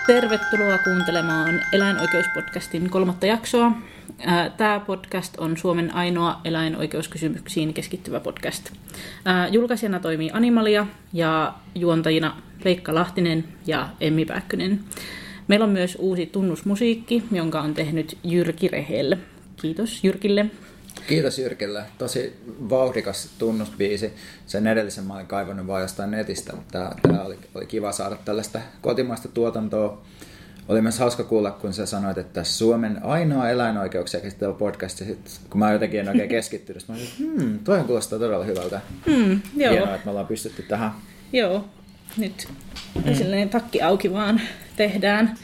Tervetuloa kuuntelemaan eläinoikeuspodcastin 3. jaksoa. Tämä podcast on Suomen ainoa eläinoikeuskysymyksiin keskittyvä podcast. Julkaisijana toimii Animalia ja juontajina Veikka Lahtinen ja Emmi Pääkkönen. Meillä on myös uusi tunnusmusiikki, jonka on tehnyt Jyrki Rehel. Kiitos Jyrkille. Kiitos Jyrkille. Tosi vauhdikas tunnusbiisi. Sen edellisen mä olin kaivannut vaan jostain netistä, mutta tää oli kiva saada tällaista kotimaista tuotantoa. Oli myös hauska kuulla, kun sä sanoit, että Suomen ainoa eläinoikeuksia käsittelevä podcast. Ja sit, kun mä jotenkin en oikein keskittynyt, mä olin, toi kuulostaa todella hyvältä. Joo. Hienoa, että me ollaan pystytty tähän. Joo, nyt silleen takki auki vaan tehdään.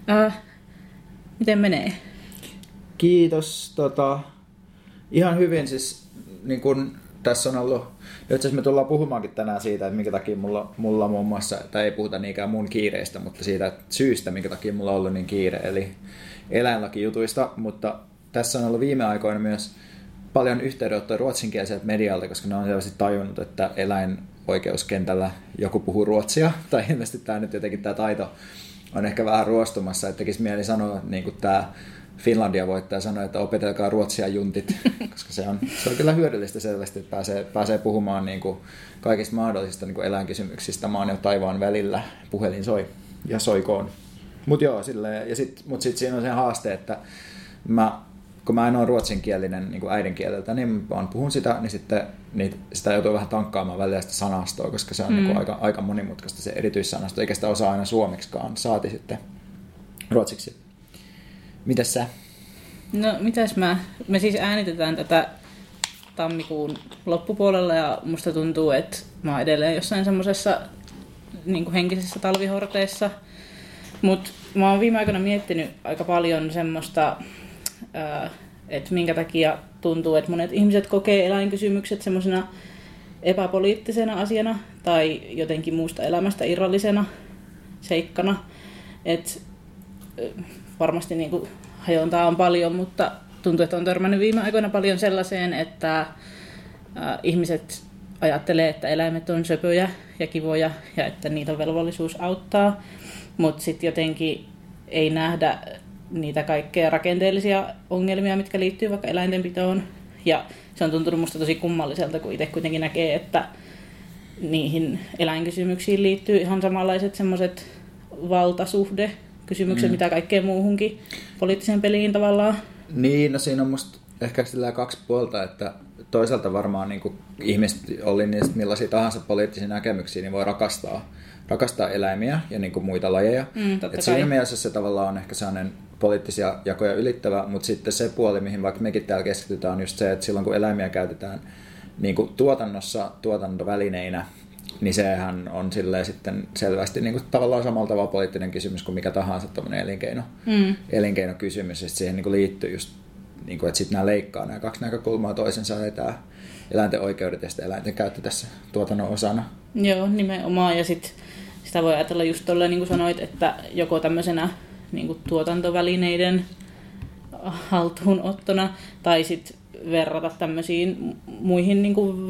Miten menee? Kiitos. Ihan hyvin siis, niin kun tässä on ollut, itse asiassa me tullaan puhumaankin tänään siitä, että minkä takia mulla muun muassa, tai ei puhuta niinkään mun kiireistä, mutta siitä syystä, minkä takia mulla on ollut niin kiire, eli eläinlakijutuista, mutta tässä on ollut viime aikoina myös paljon yhteydenottoja ruotsinkieliseltä medialta, koska ne on selvästi tajunnut, että eläinoikeuskentällä joku puhuu ruotsia, tai ilmeisesti tämä taito on ehkä vähän ruostumassa, että tekisi mieli sanoa, niin kuin tämä Finlandia voittaja sanoi, että opetelkaa ruotsia juntit, koska se on kyllä hyödyllistä selvästi, että pääsee puhumaan niin kuin kaikista mahdollisista niin kuin eläinkysymyksistä maan ja taivaan välillä. Puhelin soi ja soikoon. Mutta sitten siinä on se haaste, että kun mä en ole ruotsinkielinen niin kuin äidinkieleltä, niin vaan puhun sitä, niin sitten sitä joutuu vähän tankkaamaan välillä sitä sanastoa, koska se on niin kuin aika monimutkaista se erityissanasto, eikä sitä osaa aina suomeksikaan, saati sitten ruotsiksi. Mitäs sä? No mitäs me siis äänitetään tätä tammikuun loppupuolella ja musta tuntuu, että mä oon edelleen jossain semmosessa niin kuin henkisessä talvihorteessa. Mut mä oon viime aikoina miettinyt aika paljon semmoista, että minkä takia tuntuu, että monet ihmiset kokee eläinkysymykset semmosena epäpoliittisena asiana tai jotenkin muusta elämästä irrallisena seikkana. Et varmasti niin kuin hajontaa on paljon, mutta tuntuu, että on törmännyt viime aikoina paljon sellaiseen, että ihmiset ajattelee, että eläimet on söpöjä ja kivoja ja että niitä on velvollisuus auttaa, mutta sitten jotenkin ei nähdä niitä kaikkea rakenteellisia ongelmia, mitkä liittyy vaikka eläintenpitoon. Ja se on tuntunut musta tosi kummalliselta, kun itse kuitenkin näkee, että niihin eläinkysymyksiin liittyy ihan samanlaiset semmoiset valtasuhdekysymykset, mitä kaikkeen muuhunkin poliittiseen peliin tavallaan. Niin, no siinä on musta ehkä sillä kaksi puolta, että toisaalta varmaan niin kuin ihmiset oli niistä millaisia tahansa poliittisia näkemyksiä, niin voi rakastaa eläimiä ja niin kuin muita lajeja. Et siinä mielessä se tavallaan on ehkä sellainen poliittisia jakoja ylittävä, mutta sitten se puoli, mihin vaikka mekin täällä keskitytään, on just se, että silloin kun eläimiä käytetään niin kuin tuotantovälineinä, niin sehän on silleen sitten selvästi niin kuin tavallaan samalla tavalla poliittinen kysymys kuin mikä tahansa tämmöinen elinkeinokysymys. Ja siihen niin kuin liittyy just, niin kuin, että sitten nämä leikkaa nämä kaksi näkökulmaa toisensa, tämä eläinten oikeudet ja sitten eläinten käyttö tässä tuotannon osana. Joo, nimenomaan. Ja sitten sitä voi ajatella just tolleen, niin kuin sanoit, että joko tämmöisenä niin kuin tuotantovälineiden haltuunottona tai sitten verrata tämmöisiin muihin niin kuin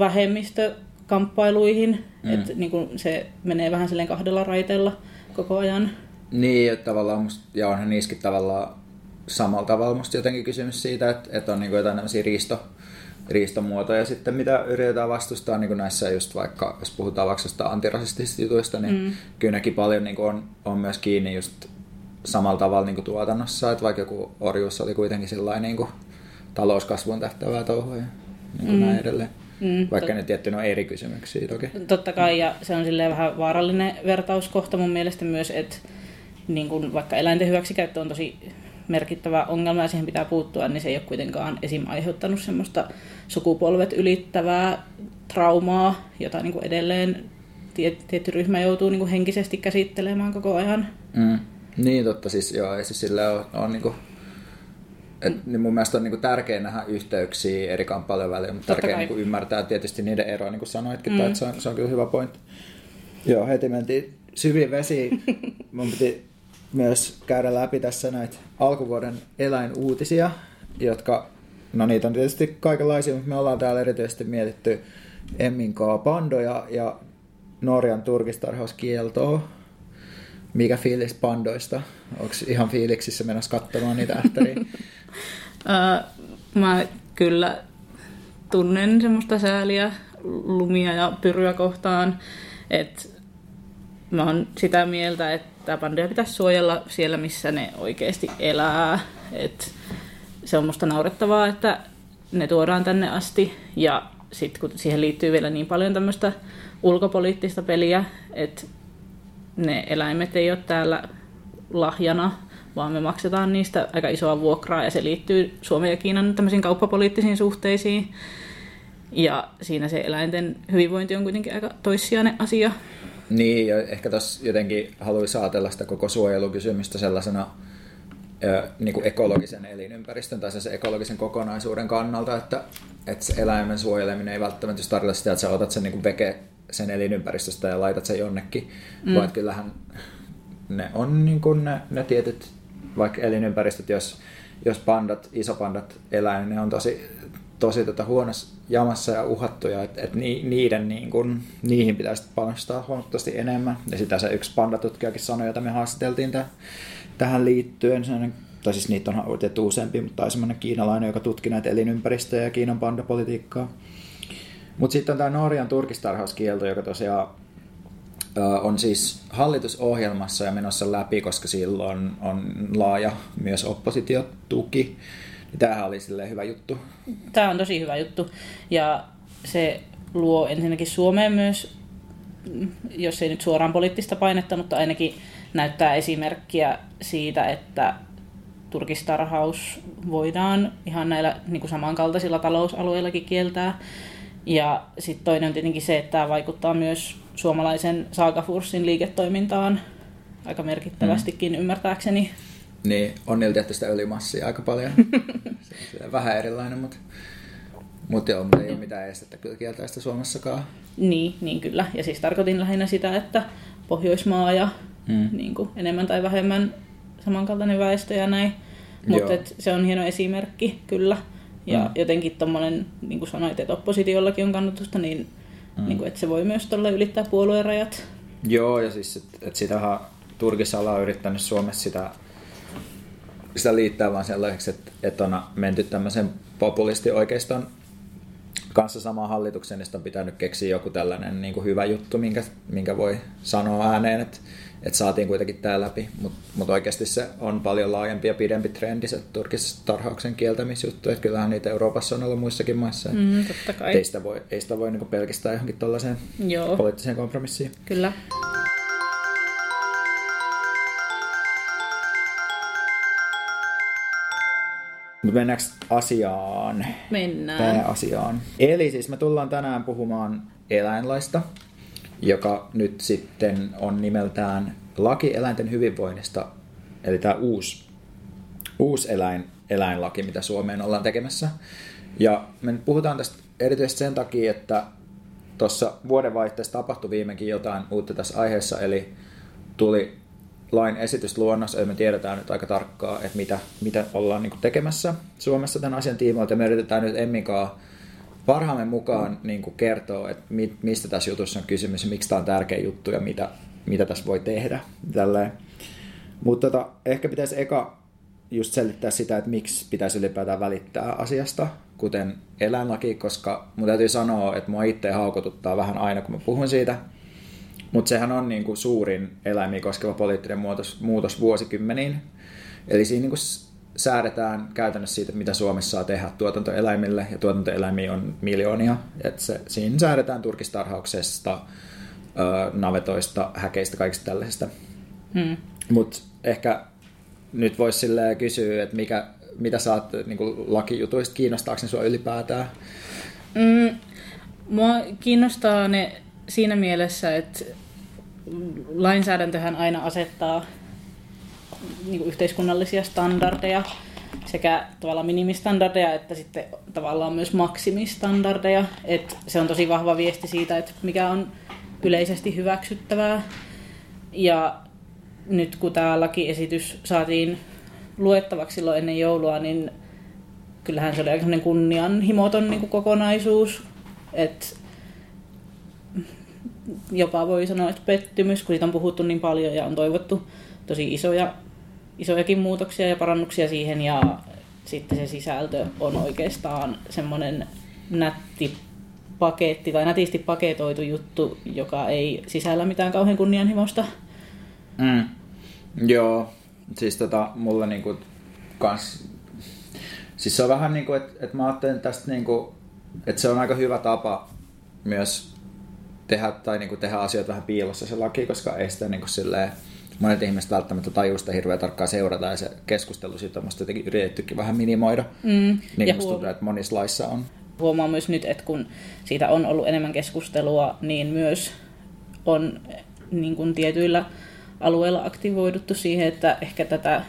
vähemmistökamppailuihin, että niin kuin se menee vähän silleen kahdella raiteella koko ajan. Niin, että tavallaan musta, ja onhan niissäkin tavallaan samalla tavalla musta jotenkin kysymys siitä, että on niin kuin jotain tämmöisiä riistomuotoja sitten, mitä yritetään vastustaa niin kuin näissä just vaikka, jos puhutaan vaikka antirasistisista jutuista, niin kyllä nekin paljon niin kuin on myös kiinni just samalla tavalla niin kuin tuotannossa, että vaikka joku orjuus oli kuitenkin sellainen niin kuin talouskasvuun tähtävää touhua ja niin kuin näin edelleen. Vaikka ne tietty on eri kysymyksiä toki. Totta kai, ja se on silleen vähän vaarallinen vertauskohta mun mielestä myös, että niin kun vaikka eläinten hyväksikäyttö on tosi merkittävä ongelma ja siihen pitää puuttua, niin se ei ole kuitenkaan esim. Aiheuttanut semmoista sukupolvet ylittävää traumaa, jota niin kuin edelleen tietty ryhmä joutuu niin kuin henkisesti käsittelemään koko ajan. Niin totta, siis joo, ei se silleen on niin kuin niin mun mielestä on niin kuin tärkeää nähdä yhteyksiä eri kamppailujen välillä, mutta tärkeää niin kuin ymmärtää tietysti niiden eroa, niin kuin sanoitkin, että se on kyllä hyvä pointti. Joo, heti mentiin syviin vesiin. Mun piti myös käydä läpi tässä näitä alkuvuoden eläinuutisia, jotka, no niitä on tietysti kaikenlaisia, mutta me ollaan täällä erityisesti mietitty Emmin pandoja ja Norjan turkistarhauskieltoa. Mikä fiilis pandoista? Onko ihan fiiliksissä menossa katsomaan niitä ähtäriä? Mä kyllä tunnen semmoista sääliä lumia ja pyryä kohtaan, että mä oon sitä mieltä, että pandoja pitäisi suojella siellä, missä ne oikeasti elää. Et se on musta naurettavaa, että ne tuodaan tänne asti ja sitten kun siihen liittyy vielä niin paljon tämmöistä ulkopoliittista peliä, että ne eläimet ei ole täällä lahjana, vaan me maksetaan niistä aika isoa vuokraa ja se liittyy Suomen ja Kiinan tämmöisiin kauppapoliittisiin suhteisiin. Ja siinä se eläinten hyvinvointi on kuitenkin aika toissijainen asia. Niin, ja ehkä tuossa jotenkin haluaisi ajatella sitä koko suojelukysymystä sellaisena niin kuin ekologisen elinympäristön tai se ekologisen kokonaisuuden kannalta, että se eläimen suojeleminen ei välttämättä just tarkoita sitä, että sä otat sen niin kuin veke sen elinympäristöstä ja laitat sen jonnekin, vaan kyllähän ne on niin kuin ne tietyt vaikka elinympäristöt, jos pandat, isopandat elää, niin ne on tosi huonossa jamassa ja uhattuja, että niiden niin kuin, niihin pitäisi panostaa huomattavasti enemmän. Ja sitä se yksi pandatutkijakin sanoi, jota me haastateltiin tähän liittyen. Tai siis niitä on tietty useampi, mutta tämä on semmoinen kiinalainen, joka tutki näitä elinympäristöjä ja Kiinan pandapolitiikkaa. Mutta sitten on tämä Norjan turkistarhauskielto, joka tosiaan on siis hallitusohjelmassa ja menossa läpi, koska silloin on laaja myös oppositiotuki. Tämähän oli silleen hyvä juttu. Tämä on tosi hyvä juttu ja se luo ensinnäkin Suomeen myös, jos ei nyt suoraan poliittista painetta, mutta ainakin näyttää esimerkkiä siitä, että turkistarhaus voidaan ihan näillä niin kuin samankaltaisilla talousalueillakin kieltää. Ja sitten toinen on tietenkin se, että tämä vaikuttaa myös suomalaisen Saagafurssin liiketoimintaan aika merkittävästikin ymmärtääkseni. Niin, on niillä tehty sitä öljymassia aika paljon. Se on vähän erilainen, mutta joo, ei ole mitään estettä kyllä kieltää sitä Suomessakaan. Niin kyllä. Ja siis tarkoitin lähinnä sitä, että Pohjoismaa ja niin kuin enemmän tai vähemmän samankaltainen väestö ja näin. Mutta se on hieno esimerkki kyllä. Ja jotenkin tommonen, niin kuin sanoit, että oppositiollakin on kannatusta, niin, niin kuin, että se voi myös tuolla ylittää puolueen rajat. Joo, ja siis että sitähän turkisala on yrittänyt Suomessa sitä liittää vaan sellaiseksi, että on menty tämmöisen populisti-oikeiston kanssa samaan hallitukseen, niin on pitänyt keksiä joku tällainen niin kuin hyvä juttu, minkä voi sanoa ääneen, että saatiin kuitenkin tämä läpi. Mutta oikeasti se on paljon laajempi ja pidempi trendi, se turkistarhauksen kieltämisjuttu. Että kyllähän niitä Euroopassa on ollut muissakin maissa. Totta kai. Ei sitä voi niin kuin pelkistää johonkin tuollaiseen poliittiseen kompromissiin. Kyllä. Mutta mennäänkö asiaan? Mennään. Pääasiaan. Eli siis me tullaan tänään puhumaan eläinlaista, joka nyt sitten on nimeltään Laki eläinten hyvinvoinnista, eli tämä uusi eläinlaki, mitä Suomeen ollaan tekemässä. Ja me nyt puhutaan tästä erityisesti sen takia, että tuossa vuodenvaihteessa tapahtui viimekin jotain uutta tässä aiheessa, eli tuli lain esitysluonnos, eli me tiedetään nyt aika tarkkaan, että mitä ollaan niin kuin tekemässä Suomessa tämän asian tiimoilta, ja me yritetään nyt Emmikaan parhaamme mukaan niin kuin kertoa, että mistä tässä jutussa on kysymys, ja miksi tämä on tärkeä juttu, ja mitä tässä voi tehdä. Mutta ehkä pitäisi eka just selittää sitä, että miksi pitäisi ylipäätään välittää asiasta, kuten eläinlaki, koska mun täytyy sanoa, että mua itse haukotuttaa vähän aina, kun mä puhun siitä. Mutta sehän on niin kuin suurin eläimiä koskeva poliittinen muutos vuosikymmeniin. Eli siinä niin kuin säädetään käytännössä siitä, mitä Suomessa saa tehdä tuotantoeläimille, ja tuotantoeläimiä on miljoonia. Siinä säädetään turkistarhauksesta, navetoista, häkeistä, kaikista tällaisista. Mutta ehkä nyt voisi kysyä, että mitä sä oot niin kuin lakijutuista, kiinnostaako ne sua ylipäätään? Mua kiinnostaa ne siinä mielessä, että lainsäädäntöhän aina asettaa niin kuin yhteiskunnallisia standardeja, sekä tavallaan minimistandardeja, että sitten tavallaan myös maksimistandardeja. Että se on tosi vahva viesti siitä, että mikä on yleisesti hyväksyttävää. Ja nyt kun tämä lakiesitys saatiin luettavaksi silloin ennen joulua, niin kyllähän se oli aika kunnianhimoton niin kuin kokonaisuus. Että jopa voi sanoa, että pettymys, kun siitä on puhuttu niin paljon ja on toivottu tosi isojakin muutoksia ja parannuksia siihen, ja sitten se sisältö on oikeastaan semmoinen nätti paketti tai nätisti paketoitu juttu, joka ei sisällä mitään kauhean kunnianhimoista. Joo, siis mulla niinku kans, siis se on vähän niinku, että mä ajattelen tästä niinku, että se on aika hyvä tapa myös tehdä asioita vähän piilossa se laki, koska ei sitä niinku silleen, monet ihmiset välttämättä tajuu sitä hirveän tarkkaan seurata, ja se keskustelu siitä on musta jotenkin yritettykin vähän minimoida. Niin musta tuntuu, että monissa laissa on. Huomaa myös nyt, että kun siitä on ollut enemmän keskustelua, niin myös on niin kuin tietyillä alueilla aktivoiduttu siihen, että ehkä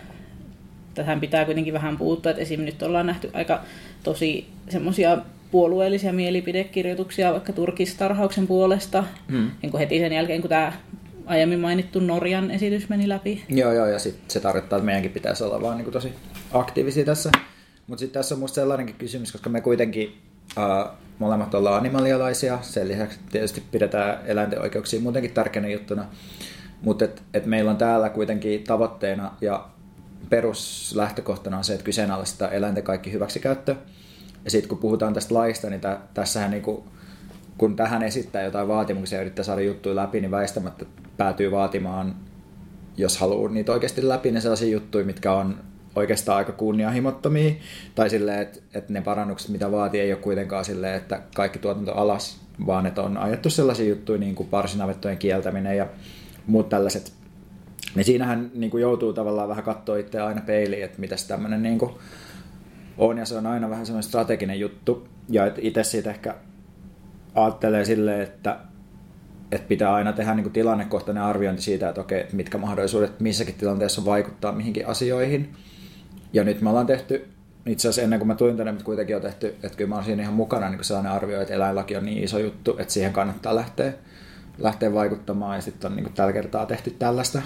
tähän pitää kuitenkin vähän puuttua. Että esimerkiksi nyt ollaan nähty aika tosi semmoisia puolueellisia mielipidekirjoituksia vaikka turkistarhauksen puolesta, niin kuin heti sen jälkeen, kun tämä aiemmin mainittu Norjan esitys meni läpi. Joo, ja sitten se tarkoittaa, että meidänkin pitäisi olla vaan niin kuin tosi aktiivisia tässä. Mutta sitten tässä on musta sellainenkin kysymys, koska me kuitenkin molemmat ollaan animalialaisia, sen lisäksi tietysti pidetään eläinten oikeuksia muutenkin tärkeänä juttuna, mutta et meillä on täällä kuitenkin tavoitteena ja peruslähtökohtana on se, että kyseenalaistetaan eläinten kaikki hyväksikäyttö. Ja sitten kun puhutaan tästä laista, niin tässähän niinku, kun tähän esittää jotain vaatimuksia ja yrittää saada juttuja läpi, niin väistämättä päätyy vaatimaan, jos haluaa niitä oikeasti läpi, ne sellaisia juttuja, mitkä on oikeastaan aika kunnianhimottomia, tai silleen, että ne parannukset, mitä vaatii, ei ole kuitenkaan silleen, että kaikki tuotanto alas, vaan että on ajettu sellaisia juttuja, niin kuin parsinavettojen kieltäminen ja muut tällaiset. Niin siinähän niin kuin joutuu tavallaan vähän katsoa itseä aina peiliin, että mitäs tämmöinen niin kuin on, ja se on aina vähän semmoinen strateginen juttu, ja itse siitä ehkä ajattelee silleen, että pitää aina tehdä niin kuin tilannekohtainen arviointi siitä, että okei, mitkä mahdollisuudet missäkin tilanteessa vaikuttaa mihinkin asioihin. Ja nyt me ollaan tehty, itse asiassa ennen kuin mä tulin tänne, mutta kuitenkin on tehty, että kyllä mä oon siinä ihan mukana niin kuin sellainen arvio, että eläinlaki on niin iso juttu, että siihen kannattaa lähteä vaikuttamaan, ja sitten on niin kuin tällä kertaa tehty tällaista.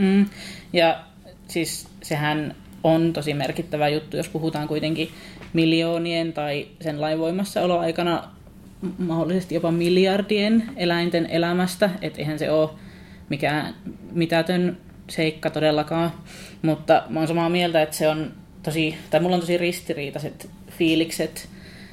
Ja siis sehän on tosi merkittävä juttu, jos puhutaan kuitenkin miljoonien tai sen lain voimassaoloaikana mahdollisesti jopa miljardien eläinten elämästä, et eihän se ole mikään mitätön seikka todellakaan, mutta mä oon samaa mieltä, että se on mulla on tosi ristiriitaiset fiilikset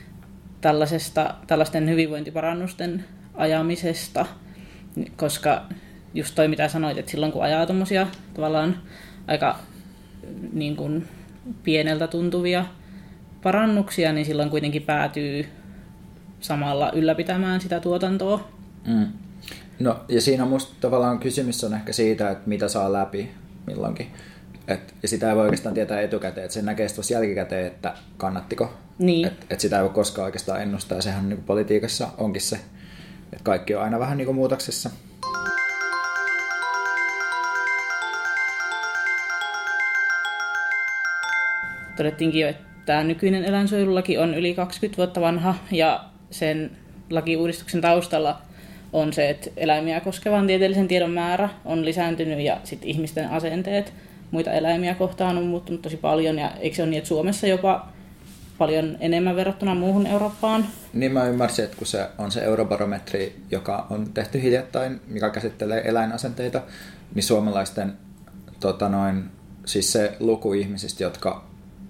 tällaisten hyvinvointiparannusten ajamisesta, koska just toi mitä sanoit, että silloin kun ajaa tommosia tavallaan aika niin kuin pieneltä tuntuvia parannuksia, niin silloin kuitenkin päätyy samalla ylläpitämään sitä tuotantoa. No, ja siinä musta tavallaan kysymys on ehkä siitä, että mitä saa läpi milloinkin. Ja sitä ei voi oikeastaan tietää etukäteen, että sen näkee sitten jälkikäteen, että kannattiko. Niin. Että sitä ei voi koskaan oikeastaan ennustaa, ja sehän niin kuin politiikassa onkin se, että kaikki on aina vähän niin kuin muutoksessa. Todettiinkin jo, että tämä nykyinen eläinsuojelulaki on yli 20 vuotta vanha, ja sen lakiuudistuksen taustalla on se, että eläimiä koskevan tieteellisen tiedon määrä on lisääntynyt, ja sitten ihmisten asenteet muita eläimiä kohtaan on muuttunut tosi paljon, ja eikö se ole niin, että Suomessa jopa paljon enemmän verrattuna muuhun Eurooppaan? Niin mä ymmärsin, että kun se on se eurobarometri, joka on tehty hiljattain, mikä käsittelee eläinasenteita, niin suomalaisten siis se luku ihmisistä, jotka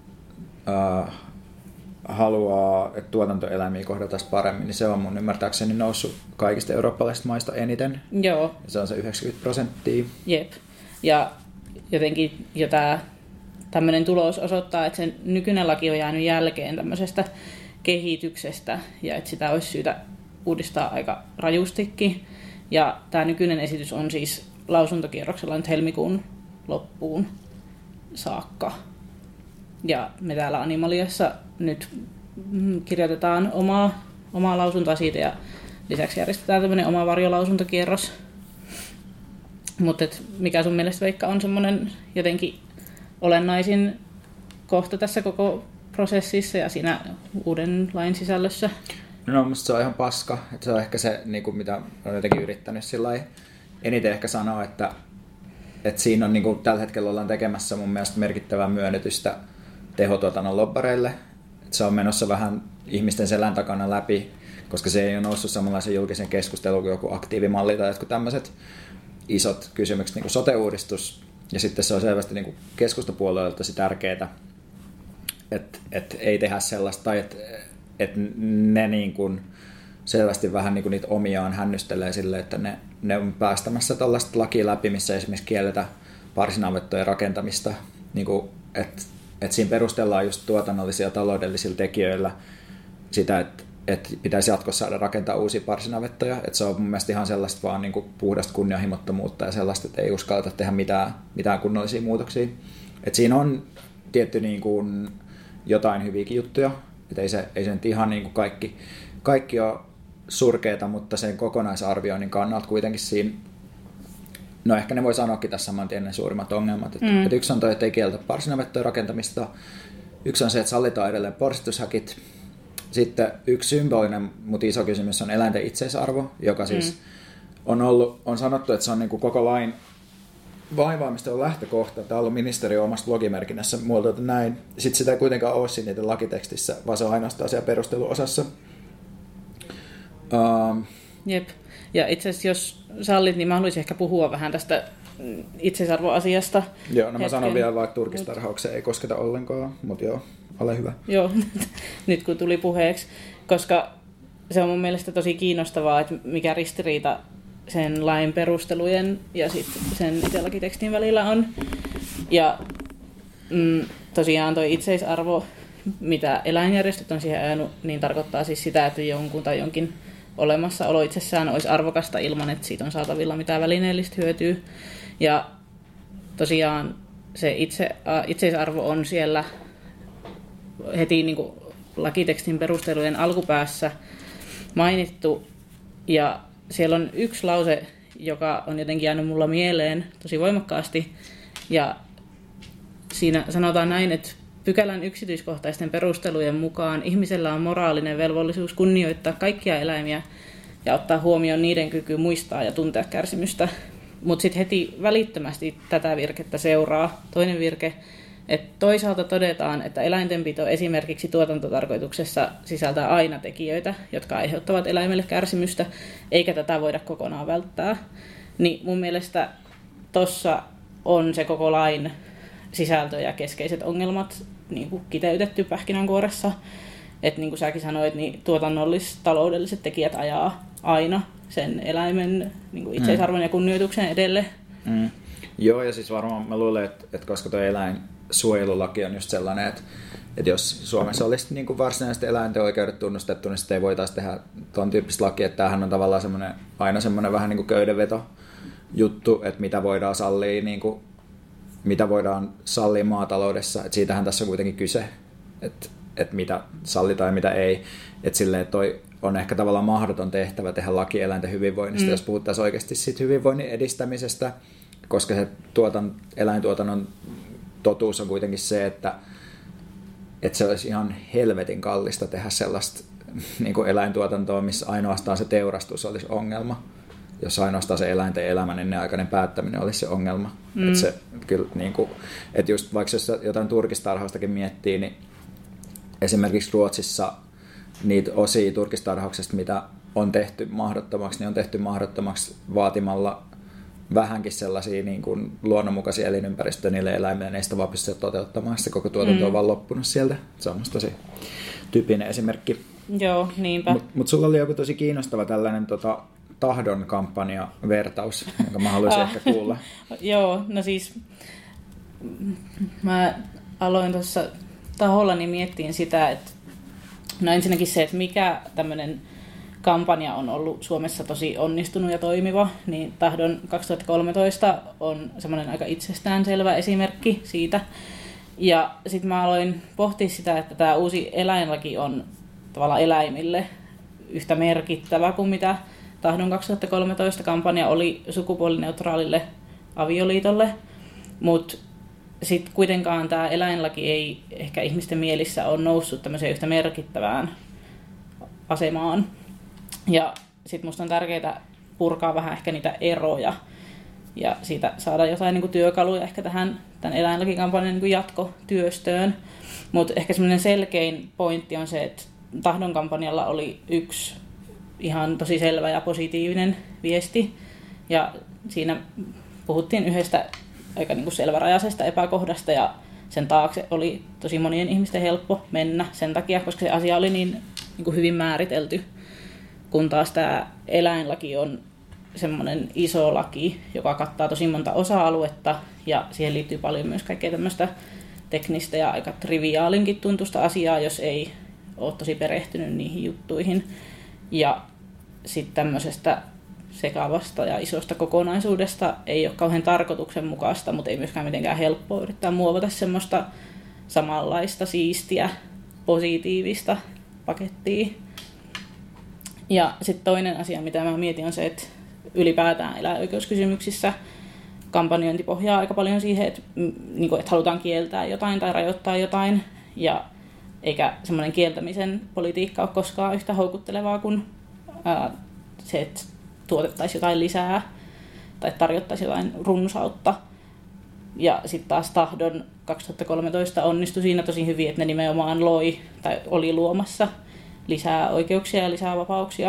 haluaa, että tuotantoeläimiä kohdataan paremmin, niin se on mun ymmärtääkseni noussut kaikista eurooppalaisista maista eniten. Joo. Se on se 90%. Jep. Ja jotenkin jo tämmöinen tulos osoittaa, että sen nykyinen laki on jäänyt jälkeen tämmöisestä kehityksestä, ja että sitä olisi syytä uudistaa aika rajustikin. Ja tämä nykyinen esitys on siis lausuntokierroksella nyt helmikuun loppuun saakka. Ja me täällä Animaliassa nyt kirjoitetaan omaa lausuntoa siitä, ja lisäksi järjestetään tämmöinen oma varjolausuntokierros. Mutta mikä sun mielestä, Veikka, on semmoinen jotenkin olennaisin kohta tässä koko prosessissa ja siinä uuden lain sisällössä? No musta se on ihan paska. Että se on ehkä se, niin kuin mitä olen jotenkin yrittänyt eniten ehkä sanoa, että siinä on niin kuin tällä hetkellä ollaan tekemässä mun mielestä merkittävää myönnytystä tehotuotannon lobbareille. Että se on menossa vähän ihmisten selän takana läpi, koska se ei ole noussut samanlaisen julkisen keskustelun kuin joku aktiivimalli tai jotkut tämmöiset isot kysymykset, niin kuin sote-uudistus. Ja sitten se on selvästi niin kuin keskustapuolueelle tosi tärkeää, että ei tehdä sellaista, tai että ne niin kuin selvästi vähän niin kuin niitä omiaan hännystelee silleen, että ne on päästämässä tällaista lakia läpi, missä esimerkiksi kielletään parsinavettojen rakentamista, niin kuin, että siinä perustellaan just tuotannollisilla ja taloudellisilla tekijöillä sitä, että pitäisi jatkossa saada rakentaa uusia parsinavettoja. Että se on mun mielestä ihan sellaista vaan niin kuin puhdasta kunnianhimottomuutta ja sellaista, että ei uskalleta tehdä mitään kunnollisia muutoksia. Että siinä on tietty niin kuin jotain hyviäkin juttuja. Että ei se nyt ihan niin kuin kaikki ole surkeita, mutta sen kokonaisarvioinnin kannalta kuitenkin siinä, no ehkä ne voi sanoakin tässä saman tien ne suurimmat ongelmat. Että yksi on toi, että ei kieltä parsinavettojen rakentamista. Yksi on se, että sallitaan edelleen porsitushäkit. Sitten yksi symbolinen, mutta iso kysymys on eläinten itseisarvo, joka siis on sanottu, että se on niin kuin koko lain vaivaamiston lähtökohta. Tämä on ollut ministeriön omassa blogimerkinnässä muotoiltu näin. Sitten sitä ei kuitenkaan ole siinä niiden lakitekstissä, vaan se on ainoastaan siellä perusteluosassa. Jep. Ja itse asiassa jos sallit, niin mä haluaisin ehkä puhua vähän tästä itseisarvoasiasta. Joo, no mä sanon vielä, vaikka turkistarhaukseen ei kosketa ollenkaan, mutta joo, ole hyvä. Joo, nyt kun tuli puheeksi, koska se on mun mielestä tosi kiinnostavaa, että mikä ristiriita sen lain perustelujen ja sitten sen itse lakitekstin välillä on. Ja tosiaan toi itseisarvo, mitä eläinjärjestöt on siihen ajanut, niin tarkoittaa siis sitä, että jonkun tai jonkin olemassaolo itsessään olisi arvokasta ilman, että siitä on saatavilla mitään välineellistä hyötyä. Ja tosiaan se itseisarvo on siellä heti niin kuin lakitekstin perustelujen alkupäässä mainittu. Ja siellä on yksi lause, joka on jotenkin jäänyt mulla mieleen tosi voimakkaasti. Ja siinä sanotaan näin, että pykälän yksityiskohtaisten perustelujen mukaan ihmisellä on moraalinen velvollisuus kunnioittaa kaikkia eläimiä ja ottaa huomioon niiden kyky muistaa ja tuntea kärsimystä. Mutta sitten heti välittömästi tätä virkettä seuraa toinen virke, että toisaalta todetaan, että eläintenpito esimerkiksi tuotantotarkoituksessa sisältää aina tekijöitä, jotka aiheuttavat eläimelle kärsimystä, eikä tätä voida kokonaan välttää. Niin mun mielestä tuossa on se koko lain sisältö ja keskeiset ongelmat niin kuin kiteytetty pähkinänkuoressa. Että niin kuin säkin sanoit, niin tuotannollis-taloudelliset tekijät ajaa aina sen eläimen niin kuin itseisarvon ja kunnioituksen edelle. Joo, ja siis varmaan mä luulen, että koska tuo eläinsuojelulaki on just sellainen, että jos Suomessa olisi niin kuin varsinaisesti eläinten oikeudet tunnustettu, niin sitten ei voitaisiin tehdä tuon tyyppistä lakia, että tämähän on tavallaan aina semmoinen vähän niin kuin köydenveto juttu, että mitä voidaan sallia niin kuin mitä voidaan sallia maataloudessa, että siitähän tässä on kuitenkin kyse, että mitä sallitaan ja mitä ei. Että silleen, että toi on ehkä tavallaan mahdoton tehtävä tehdä laki eläinten hyvinvoinnista, jos puhuttaisiin oikeasti siitä hyvinvoinnin edistämisestä, koska se eläintuotannon totuus on kuitenkin se, että se olisi ihan helvetin kallista tehdä sellaista niin kuin eläintuotantoa, missä ainoastaan se teurastus olisi ongelma. Jos ainoastaan se eläinten elämän ennenaikainen päättäminen olisi se ongelma. Että se kyllä niin kuin, että just vaikka jos jotain turkistarhaustakin miettii, niin esimerkiksi Ruotsissa niitä osia turkistarhauksesta, mitä on tehty mahdottomaksi, niin on tehty mahdottomaksi vaatimalla vähänkin sellaisia niin kuin luonnonmukaisia elinympäristöjä niille eläimille, niin ei sitä vaan pystytä toteuttamaan. Se koko tuotanto on vaan loppunut sieltä. Se on tosi tyypillinen esimerkki. Joo, niinpä. Mutta sulla oli joku tosi kiinnostava tällainen tahdon kampanja-vertaus, jonka mä haluaisin ehkä kuulla. Joo, no siis mä aloin tuossa tahollani miettiin sitä, että no ensinnäkin se, että mikä tämmöinen kampanja on ollut Suomessa tosi onnistunut ja toimiva, niin Tahdon 2013 on semmoinen aika itsestäänselvä esimerkki siitä. Ja sitten mä aloin pohtia sitä, että tämä uusi eläinlaki on tavallaan eläimille yhtä merkittävä kuin mitä Tahdon 2013 kampanja oli sukupuolineutraalille avioliitolle, mutta sitten kuitenkaan tämä eläinlaki ei ehkä ihmisten mielissä ole noussut tämmöiseen yhtä merkittävään asemaan. Ja sitten musta on tärkeää purkaa vähän ehkä niitä eroja ja siitä saada jotain niin kuin työkaluja ehkä tämän eläinlakikampanjan niin jatkotyöstöön. Mutta ehkä semmoinen selkein pointti on se, että Tahdon kampanjalla oli yksi ihan tosi selvä ja positiivinen viesti. Ja siinä puhuttiin yhdestä aika niin kuin selvärajaisesta epäkohdasta ja sen taakse oli tosi monien ihmisten helppo mennä sen takia, koska se asia oli niin kuin hyvin määritelty. Kun taas tämä eläinlaki on semmoinen iso laki, joka kattaa tosi monta osa-aluetta ja siihen liittyy paljon myös kaikkea tämmöistä teknistä ja aika triviaalinkin tuntusta asiaa, jos ei ole tosi perehtynyt niihin juttuihin. Ja sitten tämmöisestä sekavasta ja isosta kokonaisuudesta ei ole kauhean tarkoituksenmukaista, mutta ei myöskään mitenkään helppoa yrittää muovata semmoista samanlaista siistiä, positiivista pakettia. Ja sitten toinen asia, mitä mä mietin, on se, että ylipäätään eläinoikeuskysymyksissä kampanjointi pohjaa aika paljon siihen, että halutaan kieltää jotain tai rajoittaa jotain, ja eikä semmoinen kieltämisen politiikka ole koskaan yhtä houkuttelevaa kuin se, että tuotettaisiin jotain lisää tai tarjottaisiin jotain runsautta. Ja sitten taas Tahdon 2013 onnistui siinä tosi hyvin, että ne nimenomaan loi tai oli luomassa lisää oikeuksia ja lisää vapauksia.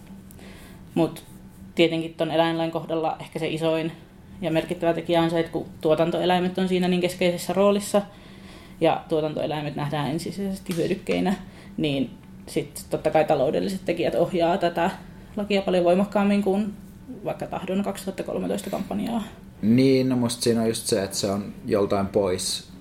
Mutta tietenkin tuon eläinlain kohdalla ehkä se isoin ja merkittävä tekijä on se, että kun tuotantoeläimet on siinä niin keskeisessä roolissa ja tuotantoeläimet nähdään ensisijaisesti hyödykkeinä, niin sitten totta kai taloudelliset tekijät ohjaa tätä lakia paljon voimakkaammin kuin vaikka Tahdon 2013 kampanjaa. Niin, no musta siinä on just se, että se on joltain pois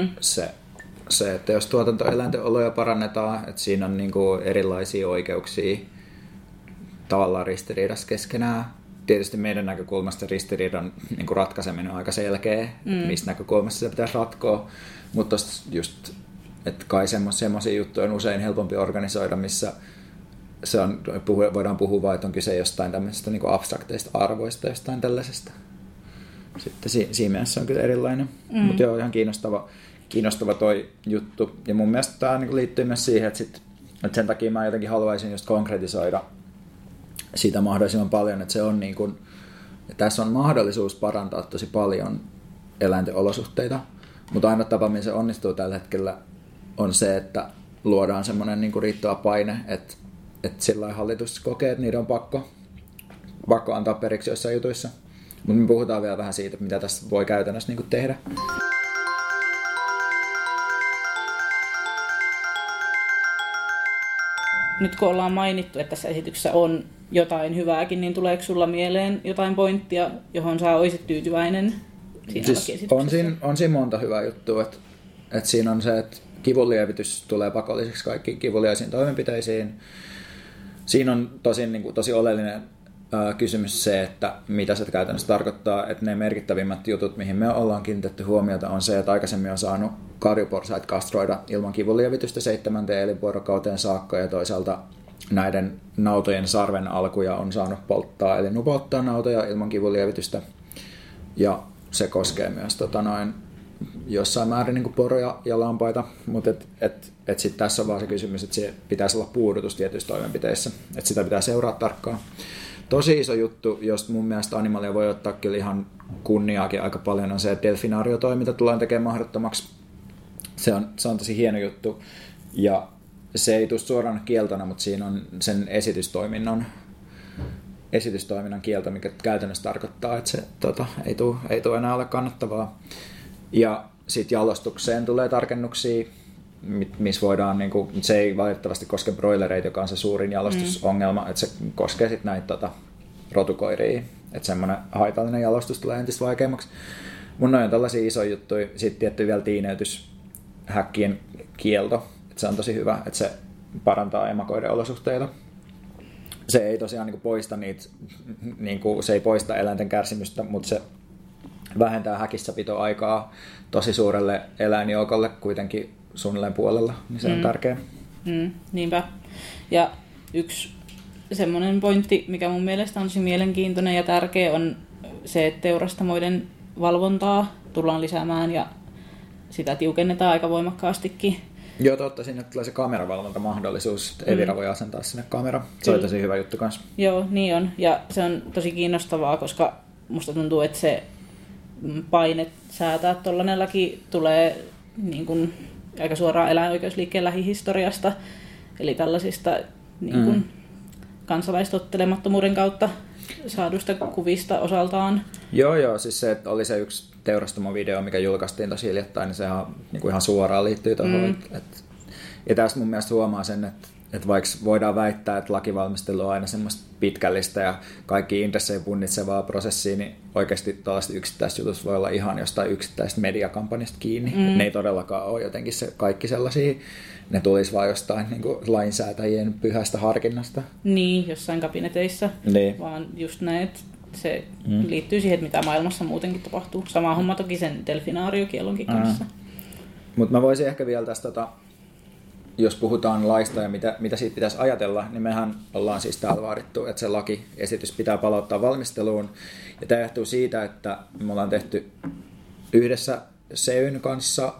se, että jos tuotantoeläinten oloja parannetaan, että siinä on niinku erilaisia oikeuksia tavallaan ristiriidassa keskenään. Tietysti meidän näkökulmasta ristiriidan niinku ratkaiseminen on aika selkeä, että mistä näkökulmasta se pitäisi ratkoa, mutta just, että kai semmoisia juttuja on usein helpompi organisoida, missä se on, voidaan puhua vain, että on kyse jostain tämmöisestä niinku abstrakteista arvoista, jostain tällaisesta. Sitten siinä mielessä on kyllä erilainen, mutta joo, ihan kiinnostava toi juttu. Ja mun mielestä tämä niinku liittyy myös siihen, että sen takia mä jotenkin haluaisin just konkretisoida sitä mahdollisimman paljon, että se on niin kuin, tässä on mahdollisuus parantaa tosi paljon eläinten olosuhteita, mutta ainoa tapa, millä se onnistuu tällä hetkellä, on se, että luodaan semmoinen niin kuin riittävä paine, että sillä hallitus kokee, että niiden on pakko antaa periksi joissain jutuissa. Mutta me puhutaan vielä vähän siitä, mitä tässä voi käytännössä niin kuin tehdä. Nyt kun ollaan mainittu, että tässä esityksessä on jotain hyvääkin, niin tuleeko sulla mieleen jotain pointtia, johon sä olisit tyytyväinen siinä lakiesityksessä? On siinä monta hyvää juttua. Että siinä on se, että kivunlievitys tulee pakolliseksi kaikkiin kivunliaisiin toimenpiteisiin. Siinä on tosi oleellinen kysymys se, että mitä se käytännössä tarkoittaa, että ne merkittävimmät jutut, mihin me ollaan kiinnitetty huomiota, on se, että aikaisemmin on saanut karjuporsaita kastroida ilman kivunlievitystä 7. elinvuorokauteen saakka, ja toisaalta näiden nautojen sarven alkuja on saanut polttaa, eli nupouttaa nautoja ilman kivunlievitystä, ja se koskee myös jossain määrin niin kuin poroja ja lampaita, mutta sitten tässä on vaan se kysymys, että se pitäisi olla puudutus tietyissä toimenpiteissä, että sitä pitää seuraa tarkkaan. Tosi iso juttu, josta mun mielestä Animalia voi ottaa kyllä ihan kunniaakin aika paljon, on se, että delfinaariotoiminta tullaan tekemään mahdottomaksi. Se on tosi hieno juttu, ja se ei tule suoraan kieltona, mutta siinä on sen esitystoiminnan kielto, mikä käytännössä tarkoittaa, että se ei tule enää ole kannattavaa. Ja sitten jalostukseen tulee tarkennuksia, missä voidaan, se ei valitettavasti koske broilereita, joka on se suurin jalostusongelma, että se koskee sitten näitä rotukoiria, että semmoinen haitallinen jalostus tulee entistä vaikeammaksi. Mun noin on tällaisia isoja juttuja, sitten tietty vielä tiineytyshäkkien kielto, että se on tosi hyvä, että se parantaa emakoiden olosuhteita. Se ei tosiaan poista niitä, se ei poista eläinten kärsimystä, mutta se vähentää häkissäpitoaikaa tosi suurelle eläinjoukolle kuitenkin suunnilleen puolella, niin se on tärkeä. Niinpä. Ja yksi semmoinen pointti, mikä mun mielestä on tosi mielenkiintoinen ja tärkeä, on se, että teurastamoiden valvontaa tullaan lisäämään ja sitä tiukennetaan aika voimakkaastikin. Joo, totta, sinne tulee se kameravalvontamahdollisuus, että Evira voi asentaa sinne kamera. Se on tosi hyvä juttu kanssa. Joo, niin on. Ja se on tosi kiinnostavaa, koska musta tuntuu, että se paine säätää tollainen laki tulee niin kuin aika suoraan eläinoikeusliikkeen lähihistoriasta, eli tällaisista niin kuin kansalaistottelemattomuuden kautta saadusta kuvista osaltaan. Joo, siis se, että oli se yksi teurastamovideo, mikä julkaistiin tosi hiljattain, niin se niin ihan suoraan liittyy tuohon. Ja tässä mun mielestä huomaa sen, että vaikka voidaan väittää, että lakivalmistelu on aina semmoista pitkällistä ja kaikki intressejä punnitsevaa prosessia, niin oikeasti tällaiset yksittäiset jutut voi olla ihan jostain yksittäisestä mediakampanjasta kiinni. Ne ei todellakaan ole jotenkin kaikki sellaisia, ne tulisi vaan jostain niin kuin lainsäätäjien pyhästä harkinnasta. Niin, jossain kabineteissa, niin. Vaan just näin, että se liittyy siihen, että mitä maailmassa muutenkin tapahtuu. Sama homma toki sen delfinaariokielonkin kanssa. Mutta mä voisin ehkä vielä tästä, jos puhutaan laista ja mitä siitä pitäisi ajatella, niin mehän ollaan siis täällä vaadittu, että se lakiesitys pitää palauttaa valmisteluun. Ja tämä johtuu siitä, että me ollaan tehty yhdessä SEYn kanssa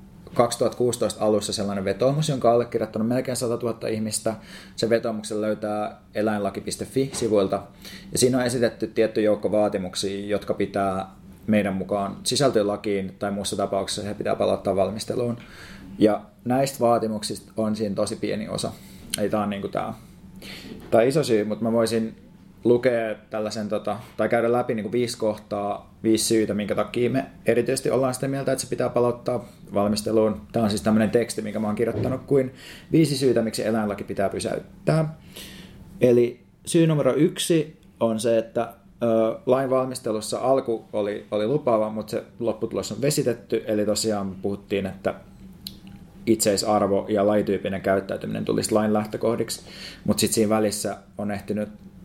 2016 alussa sellainen vetoomus, jonka on allekirjoittanut melkein 100 000 ihmistä. Se vetoomuksen löytää eläinlaki.fi-sivuilta. Ja siinä on esitetty tietty joukko vaatimuksia, jotka pitää meidän mukaan sisältyä lakiin tai muussa tapauksessa he pitää palauttaa valmisteluun. Ja näistä vaatimuksista on siinä tosi pieni osa. Eli tämä on niin kuin tämä iso syy, mutta mä voisin lukea tällaisen, tai käydä läpi niin kuin 5 kohtaa, 5 syytä, minkä takia me erityisesti ollaan sitä mieltä, että se pitää palauttaa valmisteluun. Tämä on siis tämmöinen teksti, minkä mä oon kirjoittanut kuin 5 syytä, miksi eläinlaki pitää pysäyttää. Eli syy numero 1 on se, että lain valmistelussa alku oli lupaava, mutta se lopputulos on vesitetty. Eli tosiaan puhuttiin, että itseisarvo ja lajityyppinen käyttäytyminen tulisi lain lähtökohdiksi, mutta sitten siinä välissä on ehtinyt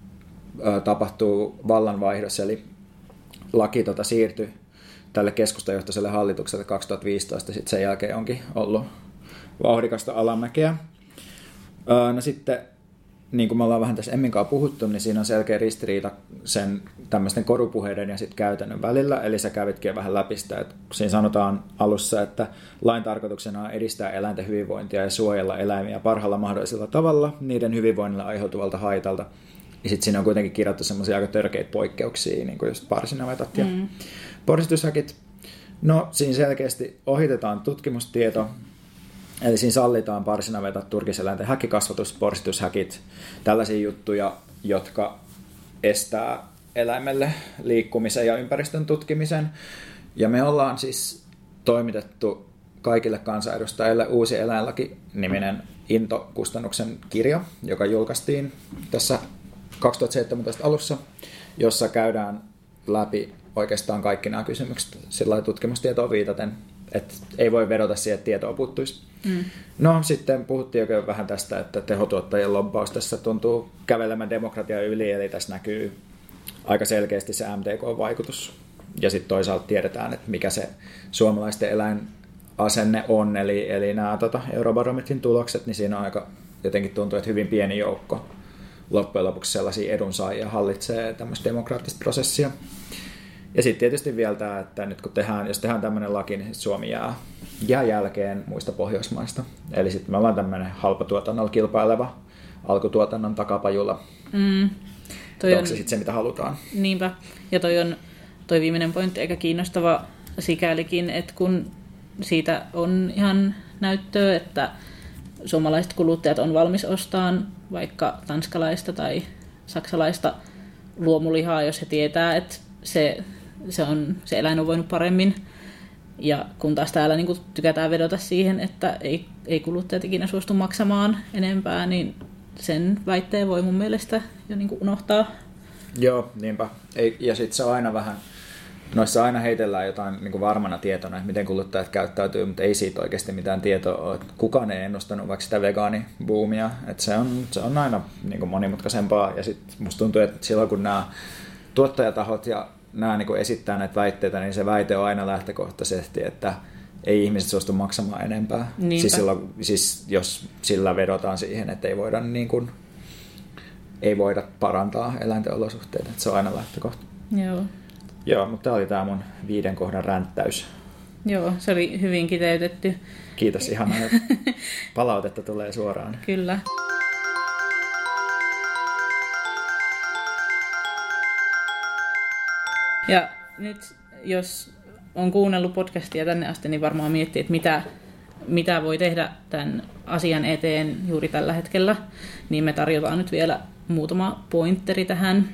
tapahtuu vallanvaihdos, eli laki siirtyi tälle keskustajohtoiselle hallitukselle 2015, sitten sen jälkeen onkin ollut vauhdikasta alamäkeä. No sitten, niin kuin me ollaan vähän tässä Emminkaan puhuttu, niin siinä on selkeä ristiriita sen tämmöisten korupuheiden ja sitten käytännön välillä, eli sä kävitkin vähän läpi sitä, että siinä sanotaan alussa, että lain tarkoituksena on edistää eläinten hyvinvointia ja suojella eläimiä parhaalla mahdollisella tavalla niiden hyvinvoinnille aiheutuvalta haitalta. Ja sitten siinä on kuitenkin kirjattu semmoisia aika törkeitä poikkeuksia, niin kuin just parsinavetat ja porsitushäkit. No, siinä selkeästi ohitetaan tutkimustieto, eli siinä sallitaan parsinavetat, turkiseläinten häkkikasvatus, porsitushäkit, tällaisia juttuja, jotka estää eläimelle liikkumisen ja ympäristön tutkimisen. Ja me ollaan siis toimitettu kaikille kansanedustajille uusi eläinlaki-niminen Into-kustannuksen kirja, joka julkaistiin tässä 2017 alussa, jossa käydään läpi oikeastaan kaikki nämä kysymykset sillä tutkimustietoon viitaten, että ei voi vedota siihen, että tietoa puuttuisi. No sitten puhuttiin jo vähän tästä, että tehotuottajien lobbaus tässä tuntuu kävelemään demokratiaa yli, eli tässä näkyy aika selkeästi se MTK-vaikutus. Ja sitten toisaalta tiedetään, että mikä se suomalaisten eläinasenne on, eli nämä Eurobarometrin tulokset, niin siinä on aika jotenkin tuntuu, että hyvin pieni joukko loppujen lopuksi sellaisia edunsaajia hallitsee tämmöistä demokraattista prosessia. Ja sitten tietysti vielä tämä, että nyt kun jos tehdään tämmöinen laki, niin Suomi jää jälkeen muista Pohjoismaista. Eli sitten me ollaan tämmöinen halpatuotannolla kilpaileva alkutuotannon takapajula. Onko se sitten se, mitä halutaan? Niinpä. Ja toi viimeinen pointti aika kiinnostava sikälikin, että kun siitä on ihan näyttöä, että suomalaiset kuluttajat on valmis ostamaan vaikka tanskalaista tai saksalaista luomulihaa, jos he tietää, että se eläin on voinut paremmin. Ja kun taas täällä niin tykätään vedota siihen, että ei kuluttajat ikinä suostu maksamaan enempää, niin sen väitteen voi mun mielestä jo niin unohtaa. Joo, niinpä. Ja sitten se on aina vähän, noissa aina heitellään jotain niin varmana tietona, että miten kuluttajat käyttäytyy, mutta ei siitä oikeasti mitään tietoa ole. Kukaan ei ennustanut vaikka sitä vegaanibuumia. Että se on aina niin monimutkaisempaa. Ja sitten musta tuntuu, että silloin kun nämä tuottajatahot ja nämä niin esittää näitä väitteitä, niin se väite on aina lähtökohtaisesti, että ei ihmiset suostu maksamaan enempää. Siis jos sillä vedotaan siihen, että ei voida parantaa eläinten olosuhteita. Että se on aina lähtökohta. Joo, mutta tämä oli tämä mun 5 kohdan ränttäys. Joo, se oli hyvin kiteytetty. Kiitos, ihanaa. Palautetta tulee suoraan. Kyllä. Ja nyt, jos on kuunnellut podcastia tänne asti, niin varmaan miettii, että mitä voi tehdä tämän asian eteen juuri tällä hetkellä. Niin me tarjotaan nyt vielä muutama pointteri tähän.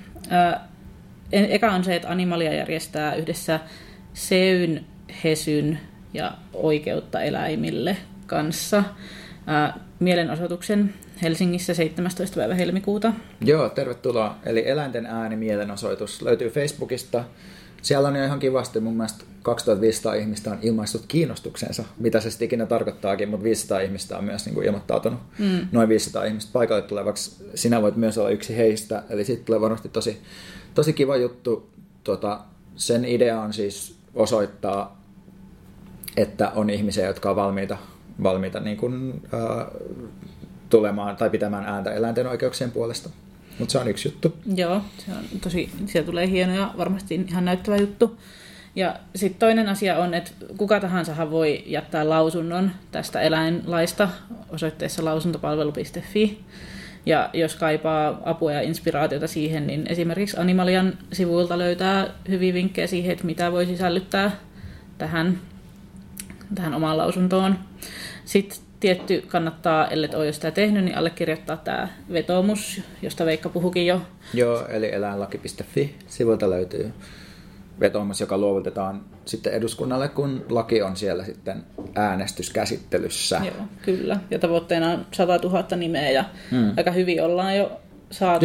Eka on se, että Animalia järjestää yhdessä Seyn, Hesyn ja Oikeutta eläimille kanssa mielenosoituksen Helsingissä 17. päivä helmikuuta. Joo, tervetuloa. Eli Eläinten ääni mielenosoitus löytyy Facebookista. Siellä on jo ihan kivasti, mun mielestä 2500 ihmistä on ilmaissut kiinnostuksensa, mitä se sitten ikinä tarkoittaakin, mutta 500 ihmistä on myös niin kuin ilmoittautunut. Noin 500 ihmistä paikalle tulevaksi. Sinä voit myös olla yksi heistä, eli siitä tulee varmasti tosi kiva juttu. Sen idea on siis osoittaa, että on ihmisiä, jotka on valmiita niin kuin, tulemaan tai pitämään ääntä eläinten oikeuksien puolesta. Mutta se on yksi juttu. Joo, se on siellä tulee hieno ja varmasti ihan näyttävä juttu. Ja sitten toinen asia on, että kuka tahansa voi jättää lausunnon tästä eläinlaista osoitteessa lausuntopalvelu.fi. Ja jos kaipaa apua ja inspiraatiota siihen, niin esimerkiksi Animalian sivuilta löytää hyviä vinkkejä siihen, että mitä voi sisällyttää tähän omaan lausuntoon. Sitten tietty kannattaa, ellet ole jo sitä tehnyt, niin allekirjoittaa tämä vetoomus, josta Veikka puhukin jo. Joo, eli eläinlaki.fi sivuilta löytyy vetoomus, joka luovutetaan sitten eduskunnalle, kun laki on siellä sitten äänestyskäsittelyssä. Joo, kyllä. Ja tavoitteena on 100 000 nimeä ja aika hyvin ollaan jo saatu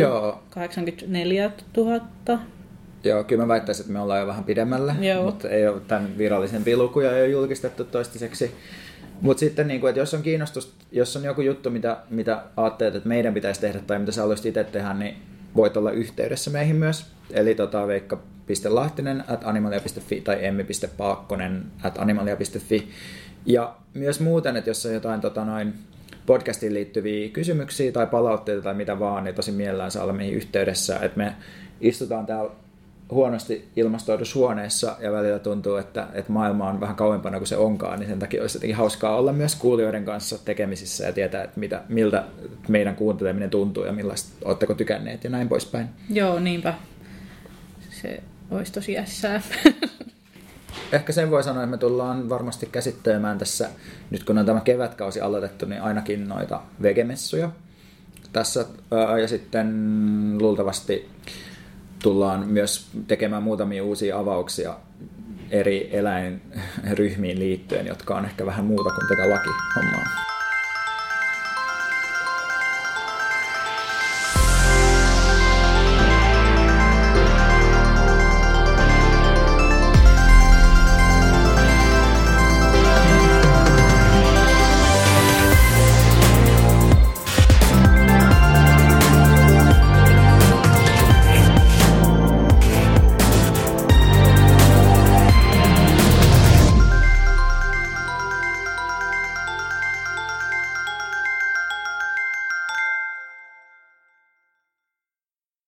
84 000. Joo, kyllä mä väittäisin, että me ollaan jo vähän pidemmällä, mutta ei ole tämän virallisempia lukuja ei ole julkistettu toistaiseksi. Mutta sitten, niin kun, että jos on kiinnostus, jos on joku juttu, mitä ajattelet, että meidän pitäisi tehdä tai mitä sä haluaisit itse tehdä, niin voit olla yhteydessä meihin myös. Eli veikka.lahtinen@animalia.fi tai emmi.paakkonen@animalia.fi. Ja myös muuten, että jos on jotain podcastiin liittyviä kysymyksiä tai palautteita tai mitä vaan, niin tosi mielellään saa olla meihin yhteydessä. Että me istutaan täällä huonosti ilmastoidussa huoneessa ja välillä tuntuu, että maailma on vähän kauempana kuin se onkaan, niin sen takia olisi jotenkin hauskaa olla myös kuulijoiden kanssa tekemisissä ja tietää, että miltä meidän kuunteleminen tuntuu ja millaista oletteko tykänneet ja näin poispäin. Joo, niinpä. Se olisi tosi ässää. Ehkä sen voi sanoa, että me tullaan varmasti käsittelemään tässä, nyt kun on tämä kevätkausi aloitettu, niin ainakin noita vegemessuja tässä ja sitten luultavasti tullaan myös tekemään muutamia uusia avauksia eri eläinryhmiin liittyen, jotka on ehkä vähän muuta kuin tätä lakihommaa.